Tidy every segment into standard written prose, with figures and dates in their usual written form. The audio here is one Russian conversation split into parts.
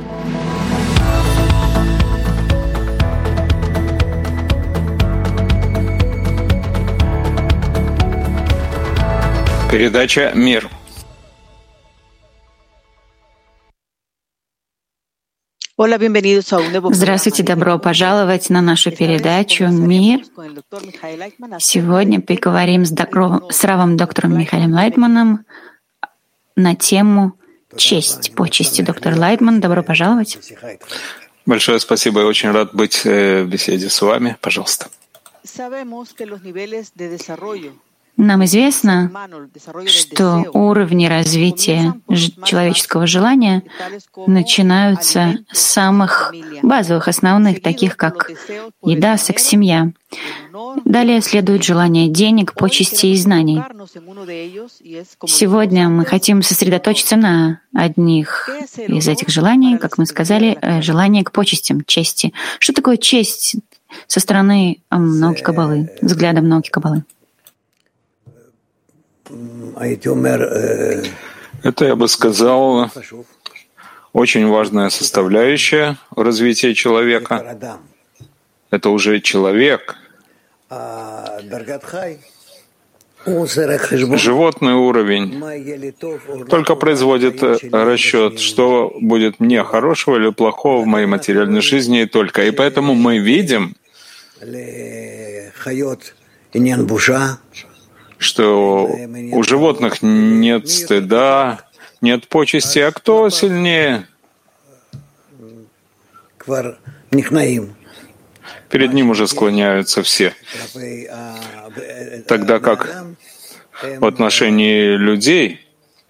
Передача «Мир». Здравствуйте, добро пожаловать на нашу передачу «Мир». Сегодня поговорим с Равом доктором Михаилом Лайтманом на тему «Честь». Почести, доктор Лайтман, добро пожаловать. Большое спасибо, я очень рад быть в беседе с вами. Пожалуйста. Нам известно, что уровни развития человеческого желания начинаются с самых базовых, основных, таких как еда, секс, семья. Далее следует желание денег, почести и знаний. Сегодня мы хотим сосредоточиться на одних из этих желаний, как мы сказали, желание к почестям, чести. Что такое честь со стороны науки Каббалы, взгляда науки Каббалы? Это, я бы сказал, очень важная составляющая в развитии человека. Это уже человек. Животный уровень только производит расчет, что будет мне хорошего или плохого в моей материальной жизни и только. И поэтому мы видим, что у животных нет стыда, нет почести, а кто сильнее? Перед ним уже склоняются все. Тогда как в отношении людей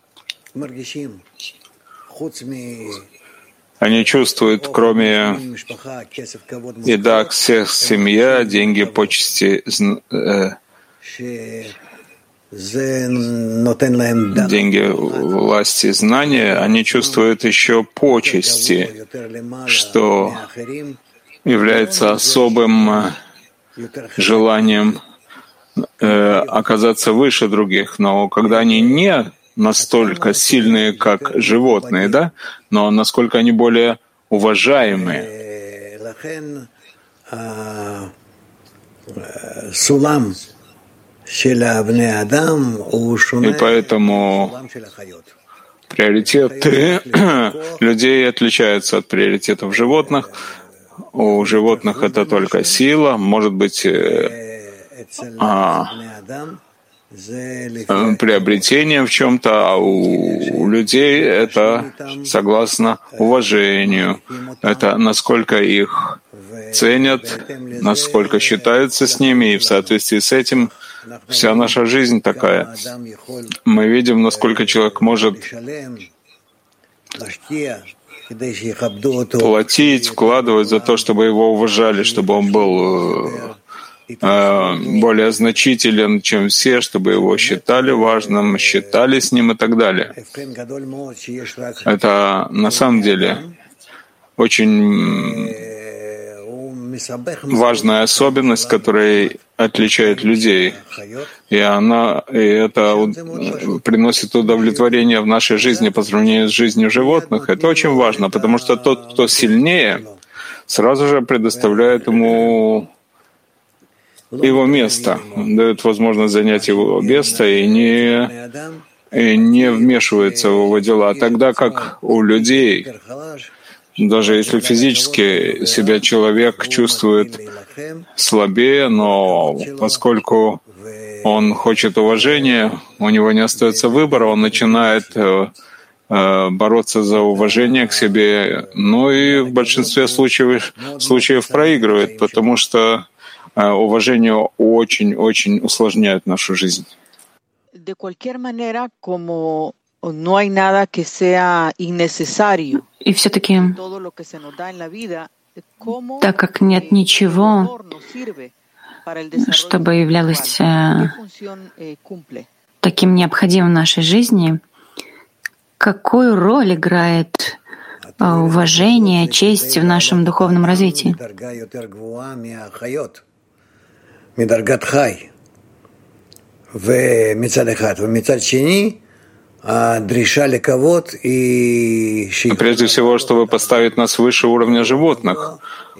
они чувствуют, кроме еда, секс, семья, деньги, почести, деньги, власти, знания, они чувствуют еще почести, что является особым желанием оказаться выше других. Но когда они не настолько сильные, как животные, да, но насколько они более уважаемые. И поэтому приоритеты людей отличаются от приоритетов животных. У животных это только сила, может быть, приобретение в чем-то, а у людей это согласно уважению. Это насколько их ценят, насколько считаются с ними, и в соответствии с этим вся наша жизнь такая. Мы видим, насколько человек может платить, вкладывать за то, чтобы его уважали, чтобы он был более значителен, чем все, чтобы его считали важным, считали с ним и так далее. Это на самом деле очень важная особенность, которая отличает людей. И это приносит удовлетворение в нашей жизни по сравнению с жизнью животных. Это очень важно, потому что тот, кто сильнее, сразу же предоставляет ему его место, дает возможность занять его место и не вмешивается в его дела. Тогда как у людей, даже если физически себя человек чувствует слабее, но поскольку он хочет уважения, у него не остается выбора, он начинает бороться за уважение к себе, но и в большинстве случаев проигрывает, потому что уважение очень-очень усложняет нашу жизнь. И все-таки, так как нет ничего, чтобы являлось таким необходимым в нашей жизни, какую роль играет уважение, честь в нашем духовном развитии? Прежде всего, чтобы поставить нас выше уровня животных.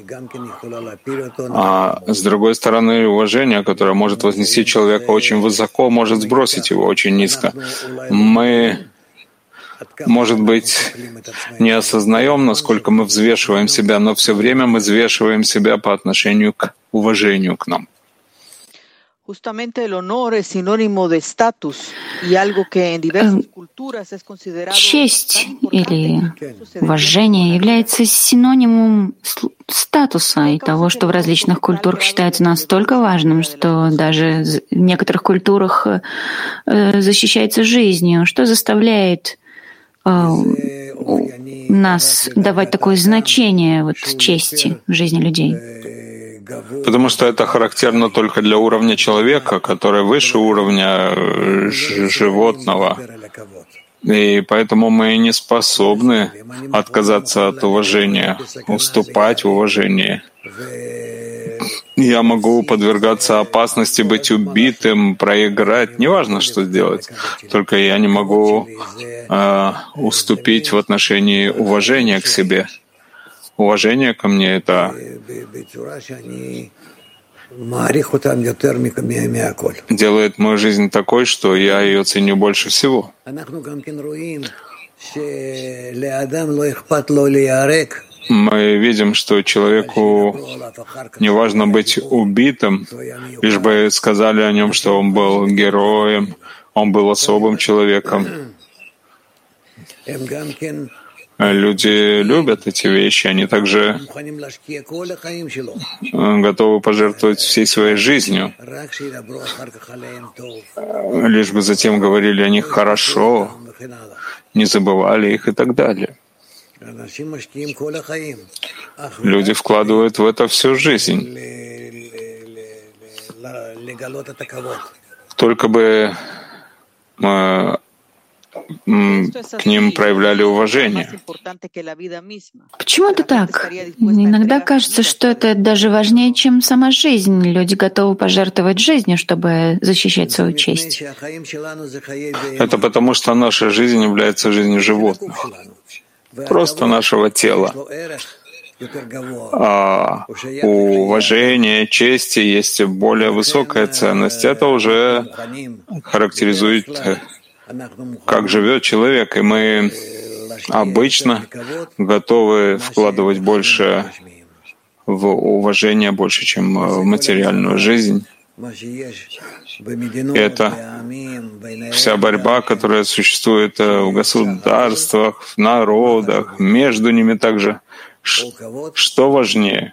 А с другой стороны, уважение, которое может вознести человека очень высоко, может сбросить его очень низко. Мы, может быть, не осознаем, насколько мы взвешиваем себя, но все время мы взвешиваем себя по отношению к уважению к нам. Честь или уважение является синонимом статуса и того, что в различных культурах считается настолько важным, что даже в некоторых культурах защищается жизнью, что заставляет нас давать такое значение чести в жизни людей. Потому что это характерно только для уровня человека, который выше уровня животного. И поэтому мы не способны отказаться от уважения, уступать в уважении. Я могу подвергаться опасности быть убитым, проиграть, неважно, что сделать. Только я не могу уступить в отношении уважения к себе. Уважение ко мне — это делает мою жизнь такой, что я ее ценю больше всего. Мы видим, что человеку не важно быть убитым, лишь бы сказали о нем, что он был героем, он был особым человеком. Люди любят эти вещи, они также готовы пожертвовать всей своей жизнью, лишь бы затем говорили о них хорошо, не забывали их и так далее. Люди вкладывают в это всю жизнь. Только бы к ним проявляли уважение. Почему это так? Иногда кажется, что это даже важнее, чем сама жизнь. Люди готовы пожертвовать жизнью, чтобы защищать свою честь. Это потому, что наша жизнь является жизнью животных, просто нашего тела. А у уважения, чести есть более высокая ценность. Это уже характеризует, как живет человек, и мы обычно готовы вкладывать больше в уважение, больше, чем в материальную жизнь. Это вся борьба, которая существует в государствах, в народах, между ними также. Что важнее?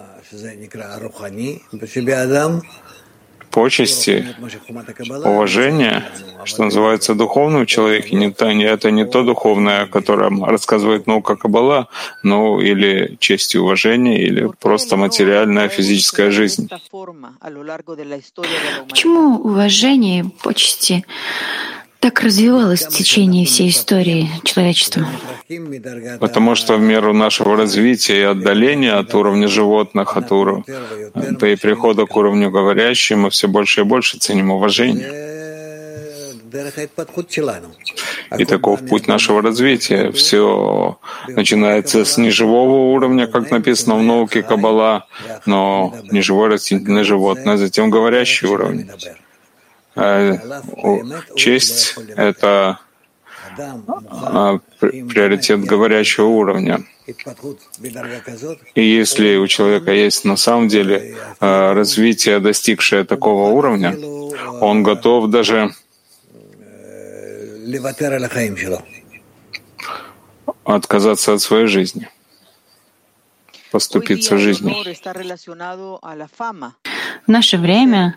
Почести, уважение, что называется духовным в человеке, это не то духовное, о котором рассказывает наука Каббала, но или честь и уважение, или просто материальная физическая жизнь. Почему уважение и почести так развивалось в течение всей истории человечества? Потому что в меру нашего развития и отдаления от уровня животных, и прихода к уровню говорящим, мы все больше и больше ценим уважение. И таков путь нашего развития. Все начинается с неживого уровня, как написано в науке Каббала, но неживое растительное животное, затем говорящий уровень. Честь — это приоритет говорящего уровня. И если у человека есть на самом деле развитие, достигшее такого уровня, он готов даже отказаться от своей жизни, поступиться жизнью. В наше время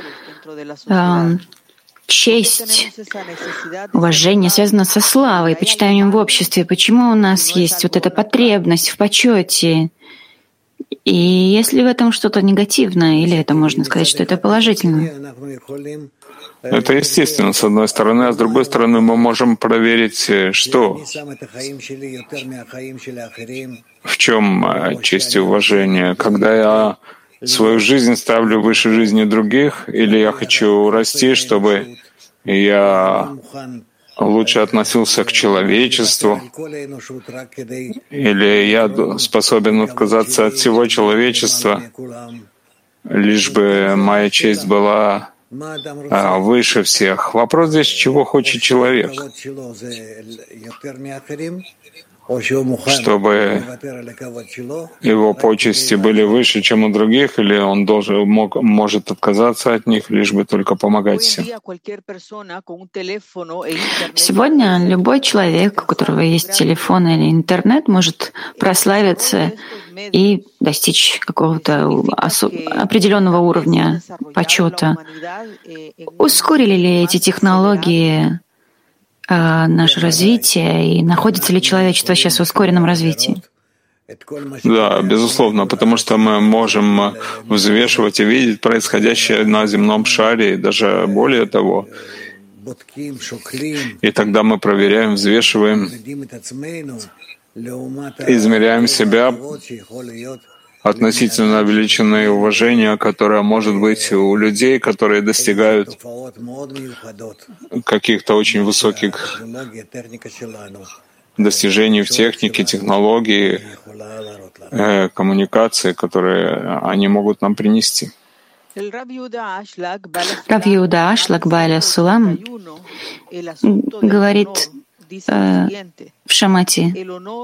честь, уважение связано со славой, почитанием в обществе. Почему у нас есть вот эта потребность в почете? И есть ли в этом что-то негативное, или это можно сказать, что это положительно? Это естественно, с одной стороны, а с другой стороны мы можем проверить, что в чем честь и уважение. Когда я свою жизнь ставлю выше жизни других, или я хочу расти, чтобы я лучше относился к человечеству, или я способен отказаться от всего человечества, лишь бы моя честь была выше всех. Вопрос здесь, чего хочет человек? Чтобы его почести были выше, чем у других, или он может отказаться от них, лишь бы только помогать всем. Сегодня любой человек, у которого есть телефон или интернет, может прославиться и достичь какого-то определенного уровня почета. Ускорили ли эти технологии наше развитие, и находится ли человечество сейчас в ускоренном развитии? Да, безусловно, потому что мы можем взвешивать и видеть происходящее на земном шаре, и даже более того. И тогда мы проверяем, взвешиваем, измеряем себя относительно величины и уважения, которое может быть у людей, которые достигают каких-то очень высоких достижений в технике, технологии, коммуникации, которые они могут нам принести. Рав Иуда Ашлак Бааля Сулам говорит в Шамати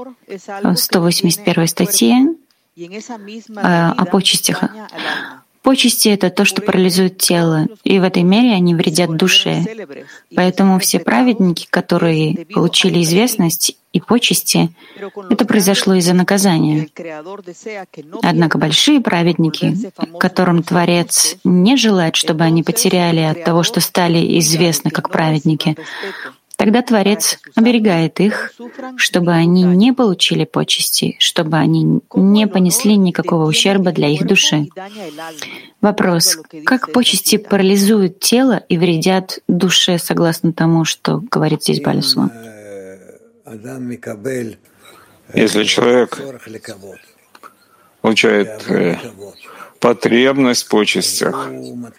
181 статье о почестях. Почести — это то, что парализует тело, и в этой мере они вредят душе. Поэтому все праведники, которые получили известность и почести, это произошло из-за наказания. Однако большие праведники, которым Творец не желает, чтобы они потеряли от того, что стали известны как праведники, тогда Творец оберегает их, чтобы они не получили почести, чтобы они не понесли никакого ущерба для их души. Вопрос: как почести парализуют тело и вредят душе, согласно тому, что говорит здесь Бааля Сулам? Если человек получает потребность в почестях,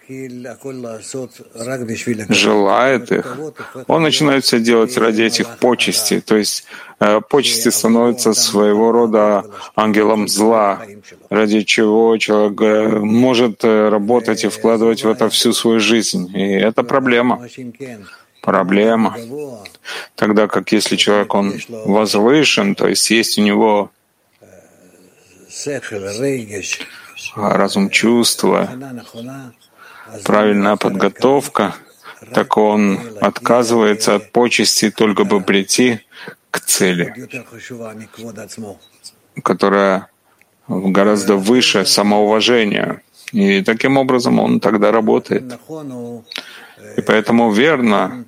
желает их, он начинает все делать ради этих почестей. То есть почести становятся своего рода ангелом зла, ради чего человек может работать и вкладывать в это всю свою жизнь. И это проблема. Проблема. Тогда как если человек, он возвышен, то есть у него разум, чувства, правильная подготовка, так он отказывается от почести, только бы прийти к цели, которая гораздо выше самоуважения. И таким образом он тогда работает. И поэтому верно,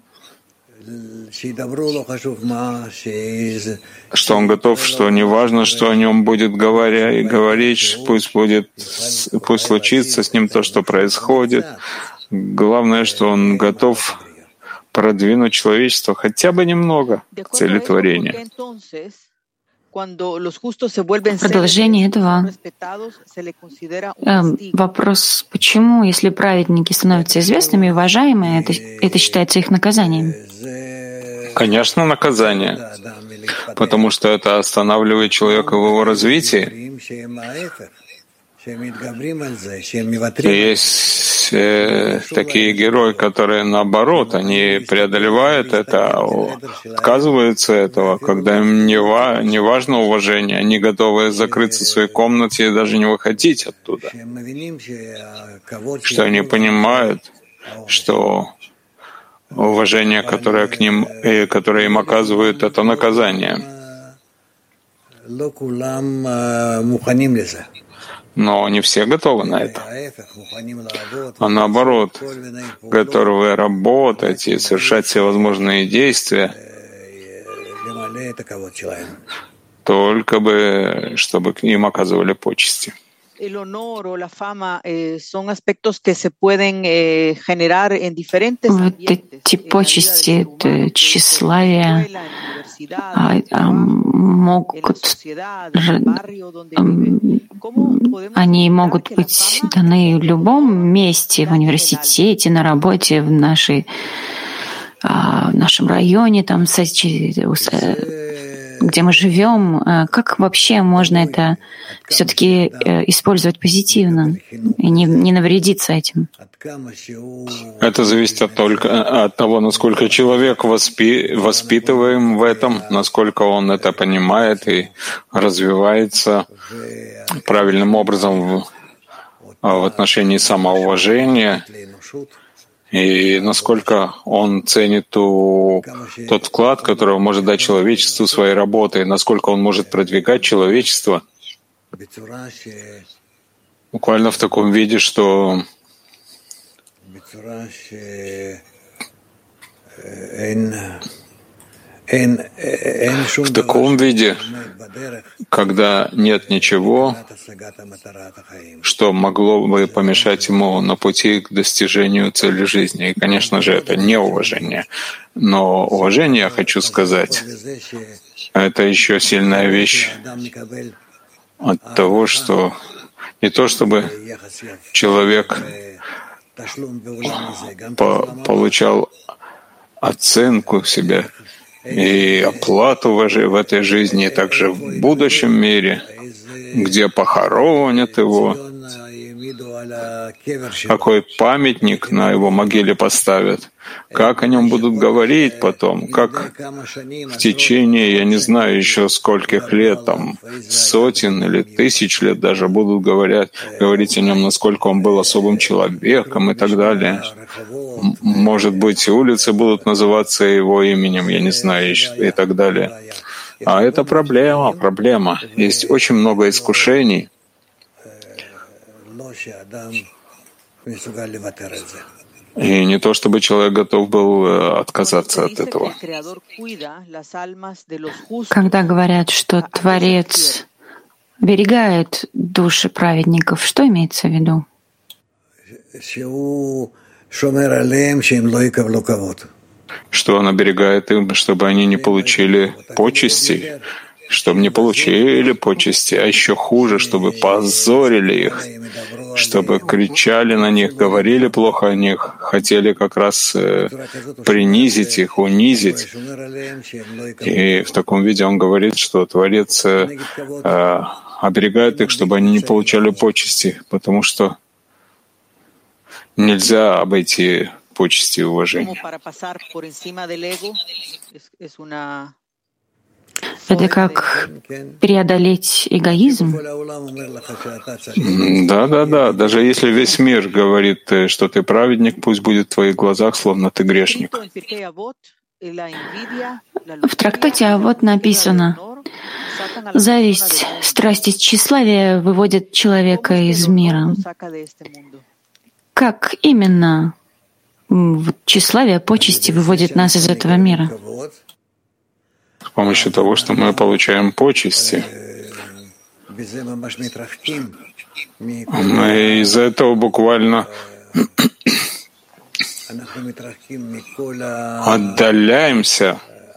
что он готов, что не важно, что о нем будет говорить, пусть случится с ним то, что происходит. Главное, что он готов продвинуть человечество хотя бы немного к цели творения. Продолжение этого вопрос: почему, если праведники становятся известными и уважаемыми, это считается их наказанием? Конечно, наказание, потому что это останавливает человека в его развитии. Есть такие герои, которые наоборот, они преодолевают это, отказываются этого, когда им не важно уважение, они готовы закрыться в своей комнате и даже не выходить оттуда. Что они понимают, что уважение, которое к ним и которое им оказывают, это наказание. Но не все готовы на это. А наоборот, готовы работать и совершать все возможные действия, только бы, чтобы к ним оказывали почести. El honor o la fama son aspectos que se pueden generar en diferentes ambientes. Эти почести, это тщеславие, они могут быть даны в любом месте, в университете, на работе, в нашей в нашем районе, там, где мы живем, как вообще можно это все-таки использовать позитивно и не навредиться этим? Это зависит только от того, насколько человек воспитываем в этом, насколько он это понимает и развивается правильным образом в отношении самоуважения, и насколько он ценит тот вклад, который он может дать человечеству своей работой, насколько он может продвигать человечество буквально в таком виде, что в таком виде, когда нет ничего, что могло бы помешать ему на пути к достижению цели жизни. И, конечно же, это не уважение. Но уважение, я хочу сказать, это еще сильная вещь от того, что не то чтобы человек получал оценку себя и оплату в этой жизни, и также в будущем мире, где похоронят его, какой памятник на его могиле поставят, как о нем будут говорить потом, как в течение, я не знаю еще скольких лет, там, сотен или тысяч лет даже будут говорить о нем, насколько он был особым человеком и так далее. Может быть, улицы будут называться его именем, я не знаю, и так далее. А это проблема. Есть очень много искушений, и не то, чтобы человек готов был отказаться от этого. Когда говорят, что Творец берегает души праведников, что имеется в виду? Что он оберегает им, чтобы они не получили почестей, чтобы не получили почести, а еще хуже, чтобы позорили их, чтобы кричали на них, говорили плохо о них, хотели как раз принизить их, унизить. И в таком виде он говорит, что Творец оберегает их, чтобы они не получали почести, потому что нельзя обойти почести и уважение. Это как преодолеть эгоизм? Да. Даже если весь мир говорит, что ты праведник, пусть будет в твоих глазах, словно ты грешник. В трактате Авот написано: зависть, страсть и тщеславие выводят человека из мира. Как именно тщеславие, почести выводит нас из этого мира? С помощью того, что мы получаем почести. Мы из-за этого буквально отдаляемся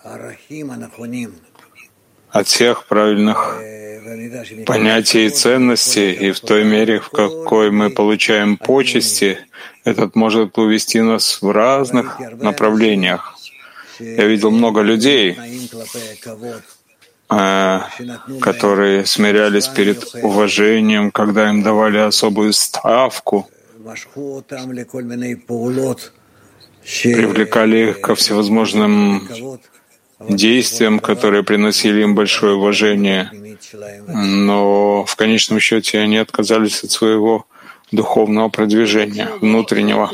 от всех правильных понятий и ценностей, и в той мере, в какой мы получаем почести, этот может увести нас в разных направлениях. Я видел много людей, которые смирялись перед уважением, когда им давали особую ставку, привлекали их ко всевозможным действиям, которые приносили им большое уважение, но в конечном счете они отказались от своего духовного продвижения, внутреннего.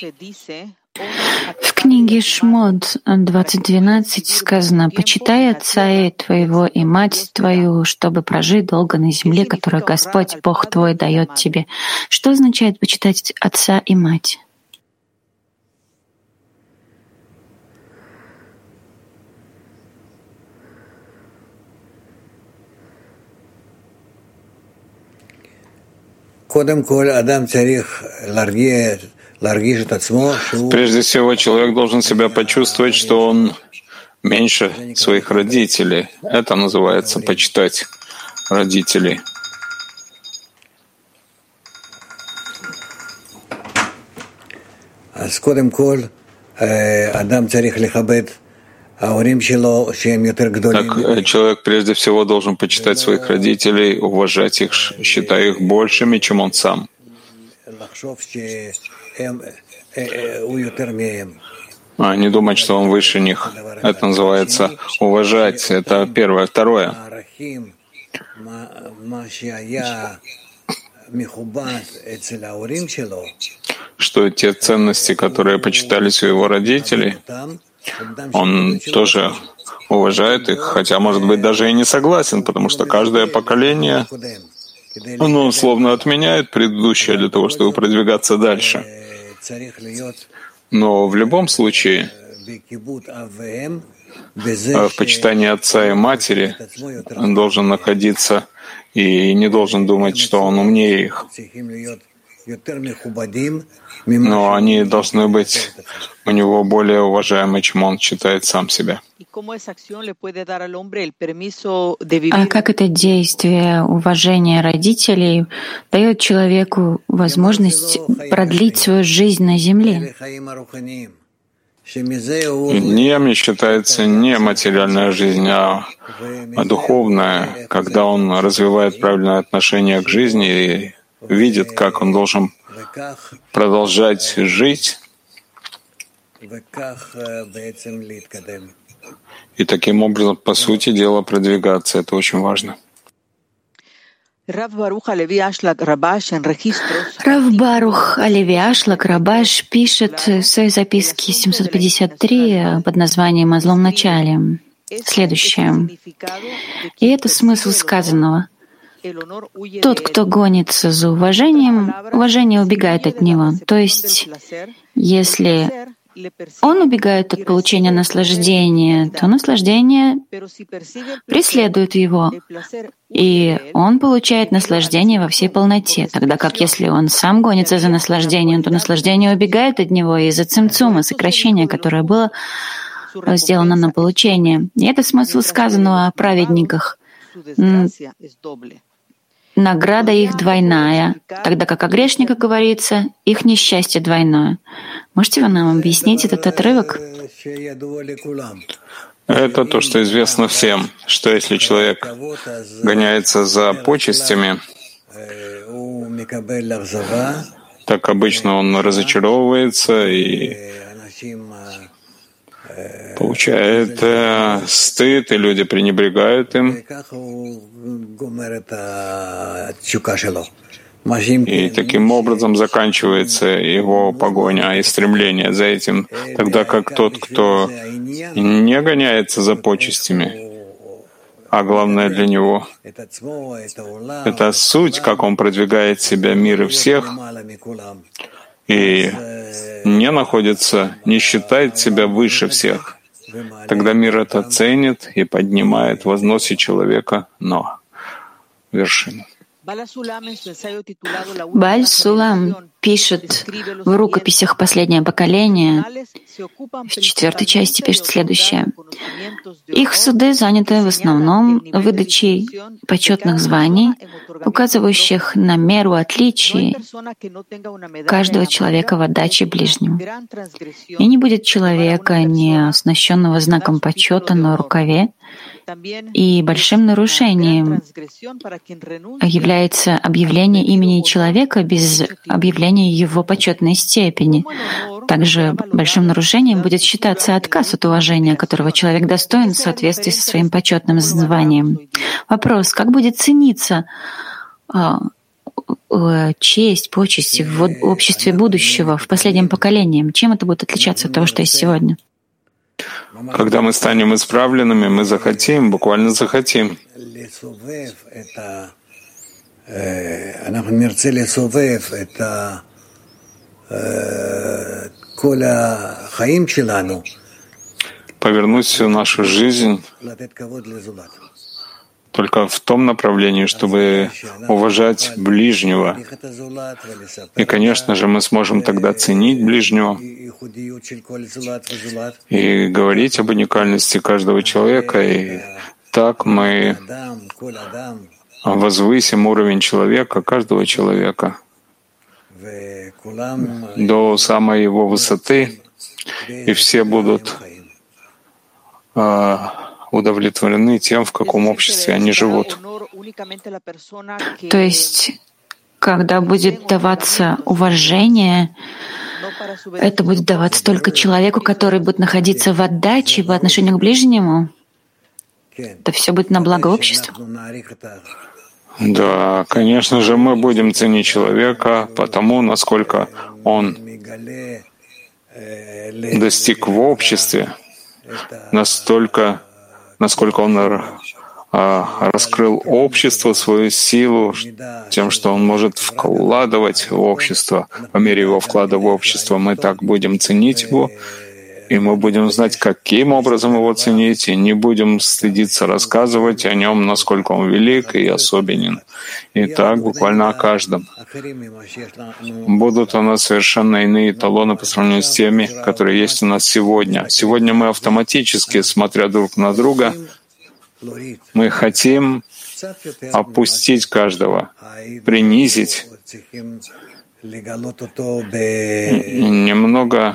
В книге Шмот 20:12 сказано: «Почитай отца твоего и мать твою, чтобы прожить долго на земле, которую Господь, Бог твой, дает тебе». Что означает почитать отца и мать? Прежде всего, человек должен себя почувствовать, что он меньше своих родителей. Это называется почитать родителей. Так человек прежде всего должен почитать своих родителей, уважать их, считая их большими, чем он сам. А не думать, что он выше них. Это называется уважать. Это первое. Второе. Что те ценности, которые почитались у его родителей, он тоже уважает их, хотя, может быть, даже и не согласен, потому что каждое поколение, оно словно отменяет предыдущее для того, чтобы продвигаться дальше. Но в любом случае, в почитании отца и матери он должен находиться и не должен думать, что он умнее их. Но они должны быть у него более уважаемы, чем он считает сам себя. А как это действие уважения родителей дает человеку возможность продлить свою жизнь на земле? Днем считается не материальная жизнь, а духовная, когда он развивает правильное отношение к жизни и видит, как он должен продолжать жить и таким образом, по сути дела, продвигаться. Это очень важно. Рав Барух Алеви Ашлак Рабаш пишет в своей записке 753 под названием «О злом начале» следующее. И это смысл сказанного. Тот, кто гонится за уважением, уважение убегает от него. То есть, если он убегает от получения наслаждения, то наслаждение преследует его, и он получает наслаждение во всей полноте, тогда как если он сам гонится за наслаждением, то наслаждение убегает от него из-за цимцума, сокращения, которое было сделано на получение. И это смысл сказанного о праведниках. Награда их двойная, тогда как о грешниках говорится, их несчастье двойное. Можете вы нам объяснить этот отрывок? Это то, что известно всем, что если человек гоняется за почестями, так обычно он разочаровывается и получает стыд, и люди пренебрегают им. И таким образом заканчивается его погоня и стремление за этим, тогда как тот, кто не гоняется за почестями, а главное для него — это суть, как он продвигает себя, мир и всех, и не находится, не считает себя выше всех. Тогда мир это ценит и поднимает, возносит человека на вершину. Бааль Сулам пишет в рукописях «Последнее поколение», в 4 части пишет следующее. Их суды заняты в основном выдачей почетных званий, указывающих на меру отличий каждого человека в отдаче ближнему. И не будет человека, не оснащенного знаком почета на рукаве, и большим нарушением является объявление имени человека без объявления его почетной степени. Также большим нарушением будет считаться отказ от уважения, которого человек достоин в соответствии со своим почетным званием. Вопрос: как будет цениться честь, почести в обществе будущего, в последнем поколении? Чем это будет отличаться от того, что есть сегодня? Когда мы станем исправленными, мы захотим, буквально захотим повернуть всю нашу жизнь только в том направлении, чтобы уважать ближнего. И, конечно же, мы сможем тогда ценить ближнего и говорить об уникальности каждого человека, и так мы возвысим уровень человека, каждого человека, до самой его высоты, и все будут удовлетворены тем, в каком обществе они живут. То есть, когда будет даваться уважение, это будет даваться только человеку, который будет находиться в отдаче по отношению к ближнему. Это все будет на благо общества. Да, конечно же, мы будем ценить человека потому, насколько он достиг в обществе, настолько, насколько он раскрыл обществу свою силу тем, что он может вкладывать в общество. По мере его вклада в общество мы так будем ценить его, и мы будем знать, каким образом его ценить, и не будем стыдиться рассказывать о нем, насколько он велик и особенен. И так буквально о каждом. Будут у нас совершенно иные эталоны по сравнению с теми, которые есть у нас сегодня. Сегодня мы автоматически, смотря друг на друга, мы хотим опустить каждого, принизить, немного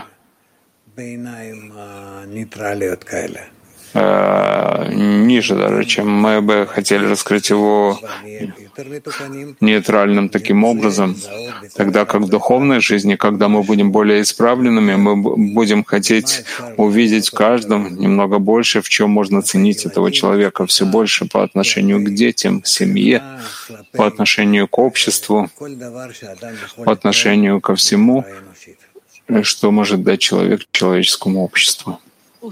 ниже даже, чем мы бы хотели раскрыть его нейтральным таким образом, тогда как в духовной жизни, когда мы будем более исправленными, мы будем хотеть увидеть в каждом немного больше, в чем можно ценить этого человека, все больше по отношению к детям, к семье, по отношению к обществу, по отношению ко всему, что может дать человек человеческому обществу. У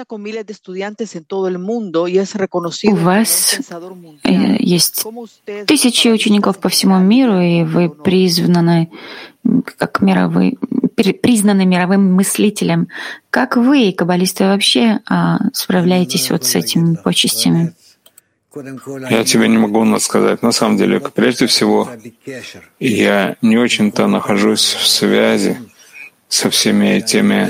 вас есть тысячи учеников по всему миру, и вы признаны мировым мыслителем. Как вы, каббалисты, вообще справляетесь вот с этими почестями? Я тебе не могу сказать. На самом деле, прежде всего, я не очень-то нахожусь в связи со всеми этими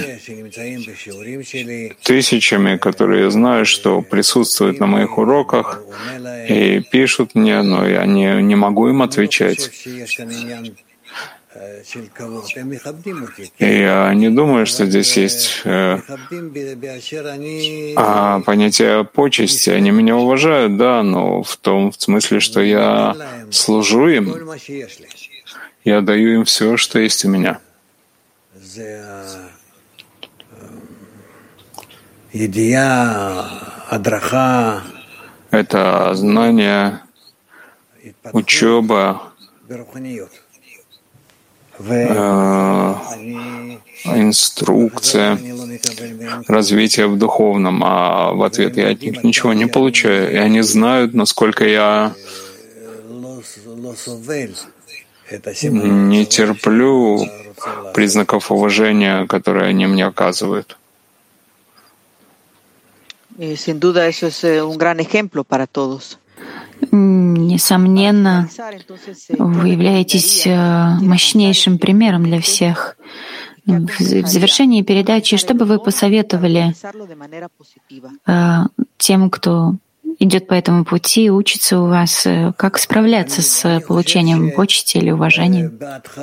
тысячами, которые я знаю, что присутствуют на моих уроках и пишут мне, но я не могу им отвечать. И я не думаю, что здесь есть понятие почести. Они меня уважают, да, но в том смысле, что я служу им, я даю им все, что есть у меня. Это знание, учеба, инструкция, развитие в духовном, а в ответ я от них ничего не получаю. И они знают, насколько я не терплю признаков уважения, которые они мне оказывают. Несомненно, вы являетесь мощнейшим примером для всех. В завершении передачи, что бы вы посоветовали тем, кто идет по этому пути, учится у вас, как справляться с получением почести или уважения?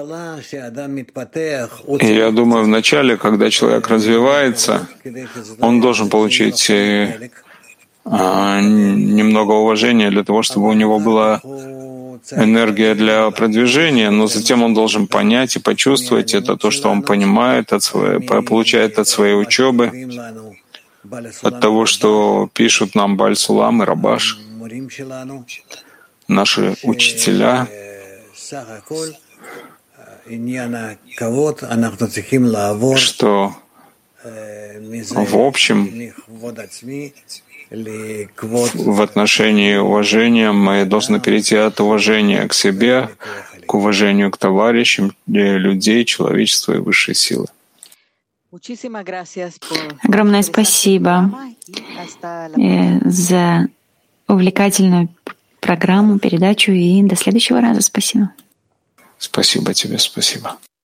Я думаю, вначале, когда человек развивается, он должен получить немного уважения для того, чтобы у него была энергия для продвижения, но затем он должен понять и почувствовать это, то, что он понимает, получает от своей учебы, от того, что пишут нам Бааль Сулам и Рабаш, наши учителя, что в общем в отношении уважения мы должны перейти от уважения к себе к уважению к товарищам, людей, человечеству и высшей силы. Огромное спасибо за увлекательную программу, передачу, и до следующего раза. Спасибо. Спасибо тебе, спасибо.